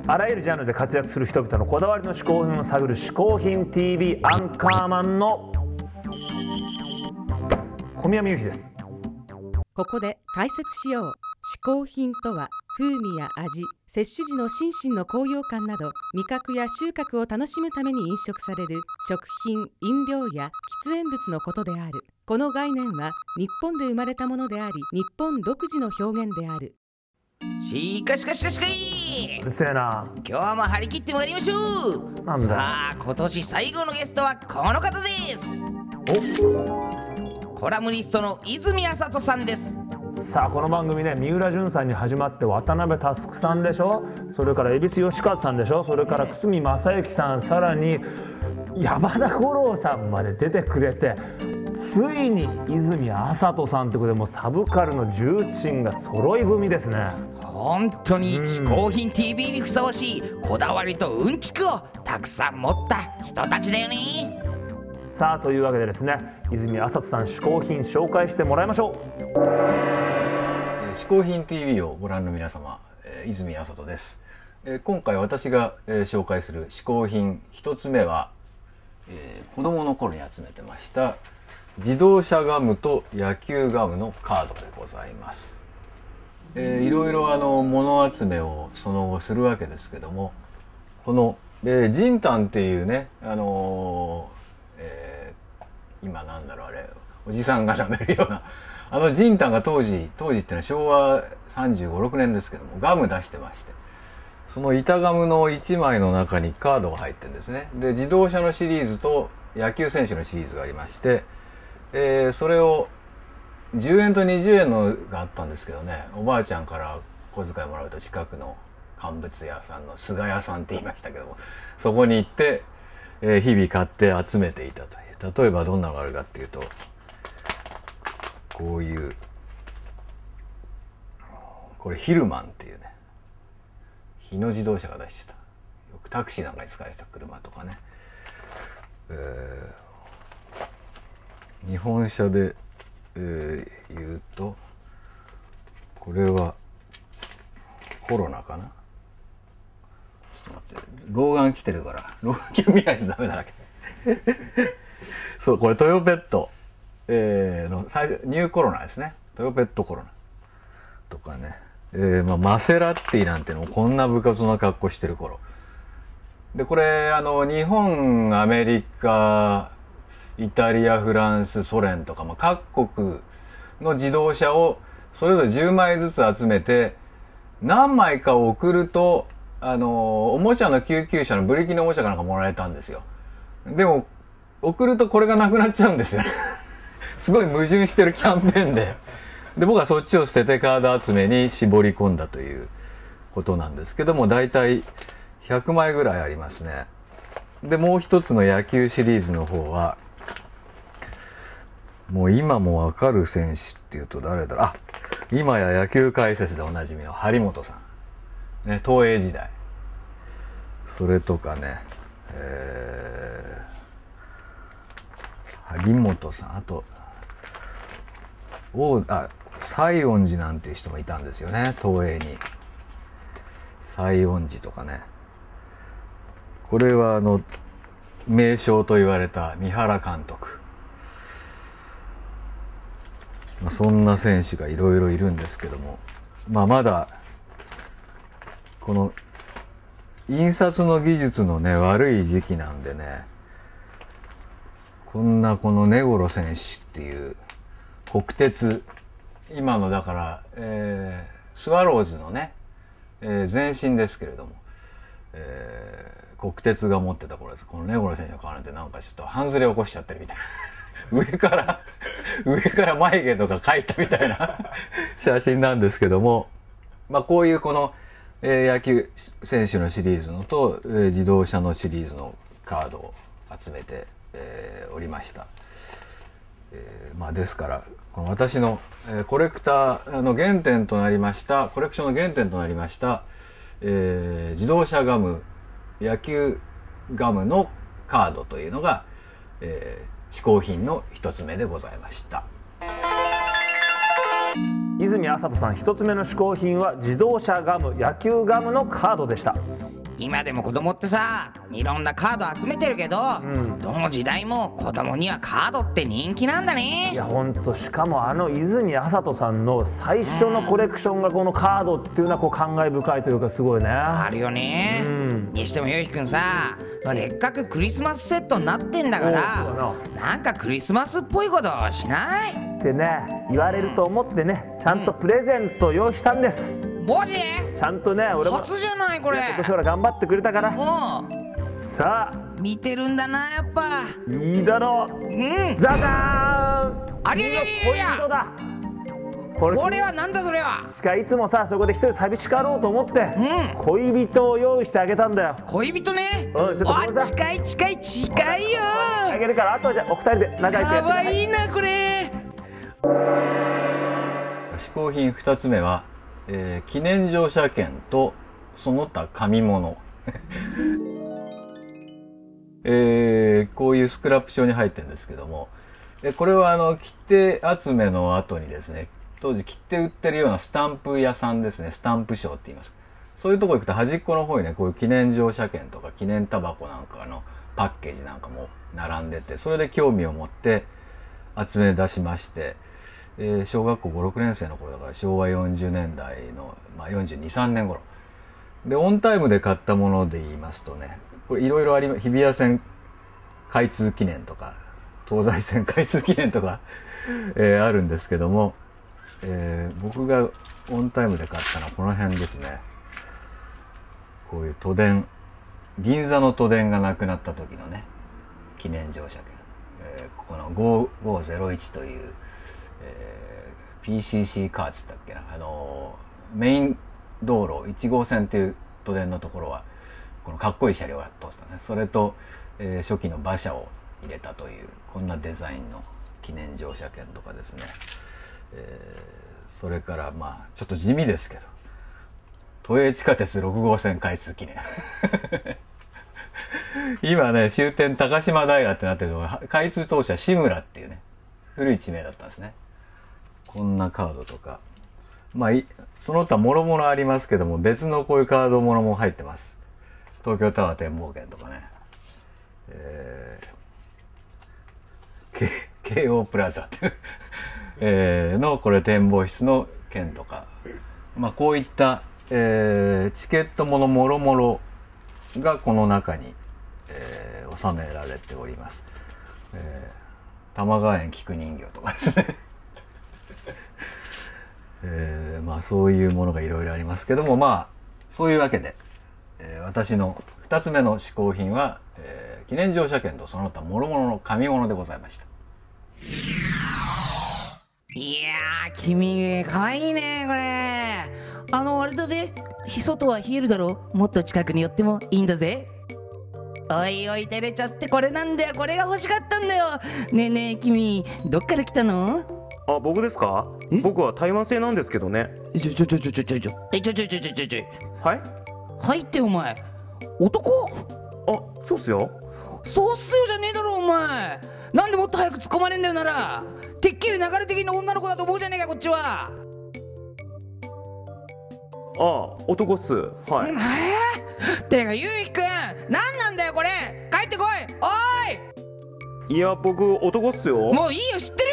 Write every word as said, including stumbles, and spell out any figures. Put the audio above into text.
あらゆるジャンルで活躍する人々のこだわりの嗜好品を探る嗜好品 ティービー アンカーマンの小宮山雄飛です。 ここで解説しよう。嗜好品とは風味や味、摂取時の心身の高揚感など味覚や収穫を楽しむために飲食される食品、飲料や喫煙物のことである。この概念は日本で生まれたものであり、日本独自の表現である。 しかしかしかしかいうるせえな。 今日も張り切ってまいりましょう。 なんだ。 さあ今年最後のゲストはこの方です。おコラムニストの泉麻人さんです。 さあこの番組ね、三浦淳さんに始まって渡辺佑さんでしょ、それから恵比寿義和さんでしょ、それから久住正幸さん、さらに山田五郎さんまで出てくれて、ついに泉麻人さんってことでもうサブカルの重鎮が揃い踏みですね。 本当に嗜好品 ティービー にふさわしいこだわりとうんちくをたくさん持った人たちだよね。 さあというわけでですね、泉麻人さん嗜好品紹介してもらいましょう。 嗜好品 ティービー をご覧の皆様、泉麻人です。今回私が紹介する嗜好品一つ目は、子供の頃に集めてました自動車ガムと野球ガムのカードでございます。えー、いろいろあの物集めをその後するわけですけども、この、えー、ジンタンっていうね、あのーえー、今なんだろうあれおじさんが舐めるようなあのジンタンが当時当時ってのはしょうわさんじゅうご、ろくねんですけどもガム出してまして、その板ガムのいちまいの中にカードが入ってるんですね。で自動車のシリーズと野球選手のシリーズがありまして、えー、それをじゅうえんとにじゅうえんのがあったんですけどね、おばあちゃんから小遣いもらうと近くの乾物屋さんの菅屋さんって言いましたけども、そこに行って、えー、日々買って集めていたという。例えばどんなのがあるかっていうと、こういうこれヒルマンっていうね、日野自動車が出してた、よくタクシーなんかに使われてた車とかね、えー、日本車で、えー、言うとこれはコロナかな。ちょっと待って、老眼来てるから老眼見ないとダメだらけそう、これトヨペット、えー、の最初ニューコロナですね。トヨペットコロナとかね、えーまあ、マセラッティなんてのもこんな部活の格好してる頃で、これあの日本、アメリカ、イタリア、フランス、ソ連とか、まあ、各国の自動車をそれぞれじゅうまいずつ集めて何枚か送ると、あのおもちゃの救急車のブリキのおもちゃかなんかもらえたんですよ。でも送るとこれがなくなっちゃうんですよすごい矛盾してるキャンペーンでで僕はそっちを捨ててカード集めに絞り込んだということなんですけども、だいたいひゃくまいぐらいありますね。でもう一つの野球シリーズの方はもう今もわかる選手っていうと誰だろう。あ、今や野球解説でおなじみの張本さん、ね、東映時代。それとかね、えー、張本さん、あとおあ西園寺なんていう人もいたんですよね、東映に。西園寺とかね、これはあの名将と言われた三原監督、まあ、そんな選手がいろいろいるんですけども、まあ、まだこの印刷の技術のね悪い時期なんでね、こんなこの根頃選手っていう国鉄、今のだから、えー、スワローズのね、えー、前身ですけれども、えー、国鉄が持ってた頃です。この根頃選手の顔なんてなんかちょっと半ズレ起こしちゃってるみたいな上から上から眉毛とか描いたみたいな写真なんですけども、まあこういうこの、えー、野球選手のシリーズのと、えー、自動車のシリーズのカードを集めて、えー、おりました。えー、まあですからこの私の、えー、コレクターの原点となりましたコレクションの原点となりました、えー、自動車ガム、野球ガムのカードというのが、えー、嗜好品の一つ目でございました。 泉麻人さん一つ目の嗜好品は自動車ガム、野球ガムのカードでした。 今でも子供ってさいろんなカード集めてるけど、 んどの時代も子供にはカードって人気なんだいね。 やほんと、しかもあの泉麻人さんの最初のコレクションがこのカードっていうのはこう感慨深いというかすごいね。 あるよね、 んにしてもゆうひくんさ何せっかくクリスマスセットになってんだかおうそうだらなんかクリスマスっぽいことしない？ ってね言われると思ってね、ちゃんとプレゼント用意したんです。 マジ？ ちゃんとね俺も初じゃないこれ。 今年ほら頑張ってくれたから。 おさあう見てるんだなやっぱ。 いいだろう。 うんザザーン、 ありゃりゃりゃりゃ恋人だ。これこれはなんだそれは。 しかいつもさそこで一人寂しかろうと思って、 うん恋人を用意してあげたんだよ。 恋人ね。 うんちょっとごめんなあさい近い近い近いよ。 あげるから、あとはじゃあお二人で仲良くやかってください。 わいいなこれ。 嗜好品ふたつめは、えー記念乗車券とその他紙物えーこういうスクラップ帳に入ってるんですけども、でこれはあの切手集めの後にですね、当時切手売ってるようなスタンプ屋さんですね、スタンプショーって言います。そういうとこ行くと端っこの方にねこういう記念乗車券とか記念タバコなんかのパッケージなんかも並んでて、それで興味を持って集め出しまして、えー小学校ご、ろくねん生の頃だからしょうわよんじゅうねんだいの、まあ、よんじゅうに、さんねん頃でオンタイムで買ったもので言いますとね、これいろいろあります。日比谷線開通記念とか東西線開通記念とか、えーあるんですけども、えー僕がオンタイムで買ったのはこの辺ですね。こういう都電、銀座の都電がなくなった時のね記念乗車券、えーここのごごぜろいちという、えー ピーシーシー カーツだっけな、あのーメイン道路いちごうせんっていう都電のところはこのかっこいい車両が通ったね、それと、えー初期の馬車を入れたというこんなデザインの記念乗車券とかですね、えーそれからまあちょっと地味ですけど都営地下鉄ろくごうせん開通記念今ね終点高島平ってなってるのが開通当初は志村っていうね古い地名だったんですね。こんなカードとかまあいその他もろもろありますけども、別のこういうカードものも入ってます。東京タワー展望券とかね、えー、京王プラザってえーのこれ展望室の券とか、まあこういった、えーチケットものもろもろがこの中に、えー収められております。えー、玉川園菊人形とかですねえーまあそういうものがいろいろありますけども、まあそういうわけで、えー私のふたつめの嗜好品は、えー記念乗車券とその他諸々の紙物でございました。 いやー君かわいいねこれ。あのあれだぜ、外は冷えるだろ、もっと近くに寄ってもいいんだぜ。おいおい照れちゃって、これなんだよ、これが欲しかったんだよ。ねえねえ君どっから来たの？ あ、僕ですか？ え僕は台湾製なんですけどね。 ちょちょちょちょちょちょちょえちょちょちょちょちょちょはい？ はいってお前男？ あ、そうっすよ。 そうっすよじゃねえだろお前。なんでもっと早く突っ込まれんだよなら。てっきり流れ的に女の子だと思うじゃねえかこっちは。 あ、男っす。はい。 えー、てかゆうひくんなんなんだよこれ、帰ってこい。おーいいや、僕男っすよ。 もういいよ知ってる